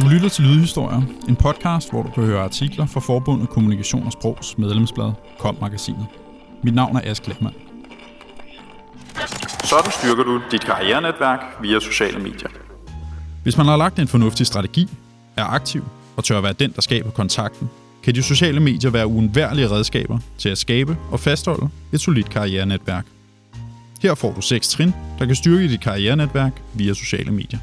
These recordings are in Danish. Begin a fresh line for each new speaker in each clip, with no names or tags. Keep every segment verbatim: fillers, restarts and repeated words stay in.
Du lytter til Lydhistorier, en podcast, hvor du kan høre artikler fra Forbundet Kommunikation og Sprogs medlemsblad Kom Magasinet. Mit navn er Ask Lehmann.
Sådan styrker du dit karrierenetværk via sociale medier.
Hvis man har lagt en fornuftig strategi, er aktiv og tør være den, der skaber kontakten, kan de sociale medier være uundværlige redskaber til at skabe og fastholde et solidt karrierenetværk. Her får du seks trin, der kan styrke dit karrierenetværk via sociale medier.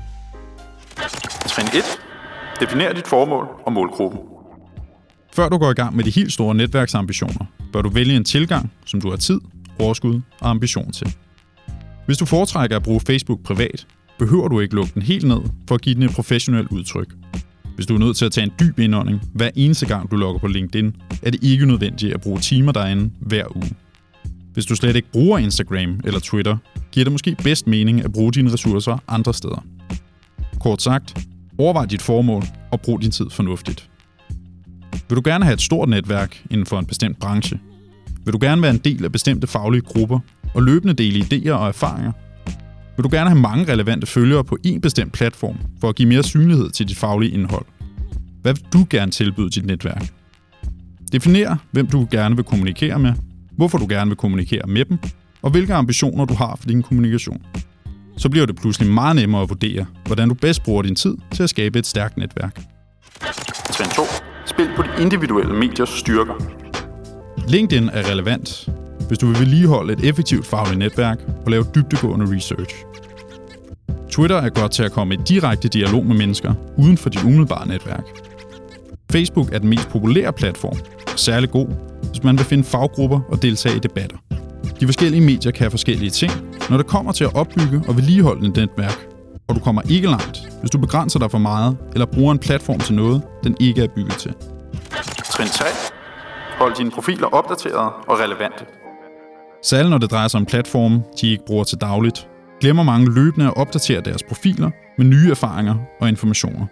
Trin et. Definer dit formål og målgruppe.
Før du går i gang med de helt store netværksambitioner, bør du vælge en tilgang, som du har tid, overskud og ambition til. Hvis du foretrækker at bruge Facebook privat, behøver du ikke lukke den helt ned for at give den et professionelt udtryk. Hvis du er nødt til at tage en dyb indånding hver eneste gang du logger på LinkedIn, er det ikke nødvendigt at bruge timer derinde hver uge. Hvis du slet ikke bruger Instagram eller Twitter, giver det måske bedst mening at bruge dine ressourcer andre steder. Kort sagt, overvej dit formål og brug din tid fornuftigt. Vil du gerne have et stort netværk inden for en bestemt branche? Vil du gerne være en del af bestemte faglige grupper og løbende dele idéer og erfaringer? Vil du gerne have mange relevante følgere på en bestemt platform for at give mere synlighed til dit faglige indhold? Hvad vil du gerne tilbyde dit netværk? Definer, hvem du gerne vil kommunikere med, hvorfor du gerne vil kommunikere med dem, og hvilke ambitioner du har for din kommunikation. Så bliver det pludselig meget nemmere at vurdere, hvordan du bedst bruger din tid til at skabe et stærkt netværk.
Trin to. Spil på de individuelle mediers styrker.
LinkedIn er relevant, hvis du vil vedligeholde et effektivt fagligt netværk og lave dybdegående research. Twitter er godt til at komme i direkte dialog med mennesker uden for dit umiddelbare netværk. Facebook er den mest populære platform, og særlig god, hvis man vil finde faggrupper og deltage i debatter. De forskellige medier kan have forskellige ting, når det kommer til at opbygge og vedligeholde et netværk, og du kommer ikke langt, hvis du begrænser dig for meget eller bruger en platform til noget, den ikke er bygget til.
Trin tre. Hold dine profiler opdaterede og relevante.
Særligt når det drejer sig om platforme, de ikke bruger til dagligt, glemmer mange løbende at opdatere deres profiler med nye erfaringer og informationer.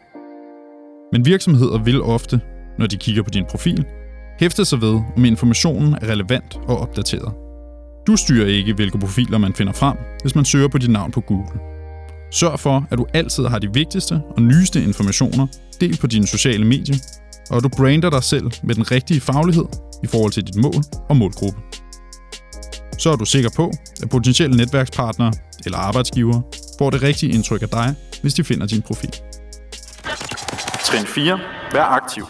Men virksomheder vil ofte, når de kigger på din profil, hæfte sig ved, om informationen er relevant og opdateret. Du styrer ikke, hvilke profiler man finder frem, hvis man søger på dit navn på Google. Sørg for, at du altid har de vigtigste og nyeste informationer delt på dine sociale medier, og at du brander dig selv med den rigtige faglighed i forhold til dit mål og målgruppe. Så er du sikker på, at potentielle netværkspartnere eller arbejdsgivere får det rigtige indtryk af dig, hvis de finder din profil.
Trin fire. Vær aktiv.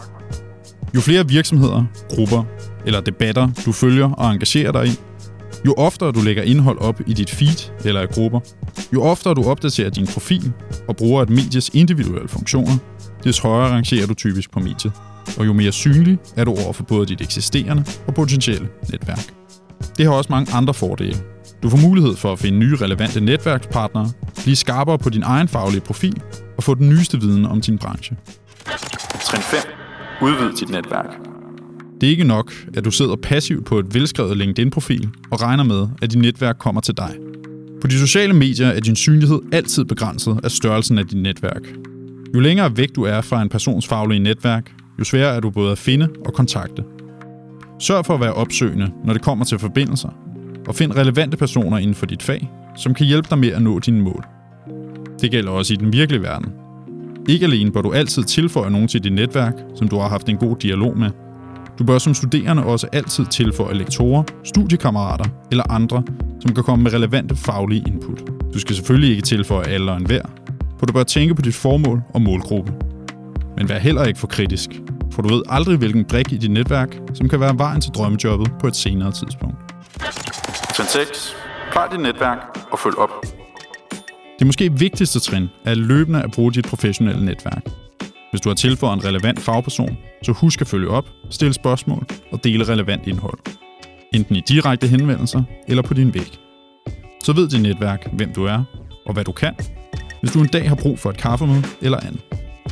Jo flere virksomheder, grupper eller debatter du følger og engagerer dig i, jo oftere du lægger indhold op i dit feed eller i grupper, jo oftere du opdaterer din profil og bruger et medies individuelle funktioner, des højere rangerer du typisk på mediet, og jo mere synlig er du over for både dit eksisterende og potentielle netværk. Det har også mange andre fordele. Du får mulighed for at finde nye relevante netværkspartnere, blive skarpere på din egen faglige profil og få den nyeste viden om din branche.
Trin fem. Udvid dit netværk.
Det er ikke nok, at du sidder passivt på et velskrevet LinkedIn-profil og regner med, at dit netværk kommer til dig. På de sociale medier er din synlighed altid begrænset af størrelsen af dit netværk. Jo længere væk du er fra en persons faglige netværk, jo sværere er du både at finde og kontakte. Sørg for at være opsøgende, når det kommer til forbindelser, og find relevante personer inden for dit fag, som kan hjælpe dig med at nå dine mål. Det gælder også i den virkelige verden. Ikke alene bør du altid tilføje nogen til dit netværk, som du har haft en god dialog med. Du bør som studerende også altid tilføje lektorer, studiekammerater eller andre, som kan komme med relevante faglige input. Du skal selvfølgelig ikke tilføje alle og enhver, for du bør tænke på dit formål og målgruppe. Men vær heller ikke for kritisk, for du ved aldrig, hvilken brik i dit netværk, som kan være vejen til drømmejobbet på et senere tidspunkt.
Trin seks. Plej dit netværk og følg op.
Det måske vigtigste trin er løbende at bruge dit professionelle netværk. Hvis du har tilføjet en relevant fagperson, så husk at følge op, stille spørgsmål og dele relevant indhold. Enten i direkte henvendelser eller på din væg. Så ved dit netværk, hvem du er og hvad du kan, hvis du en dag har brug for et kaffemøde eller andet.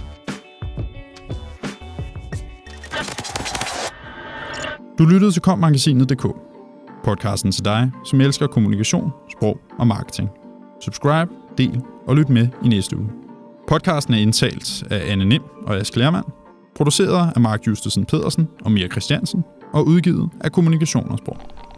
Du lyttede til Kom Magasinet punktum d k. Podcasten til dig, som elsker kommunikation, sprog og marketing. Subscribe, del og lyt med i næste uge. Podcasten er indtalt af Anne Nim og Ask Lehmann, produceret af Mark Justesen Pedersen og Mia Christiansen og udgivet af Kommunikation og Sprog.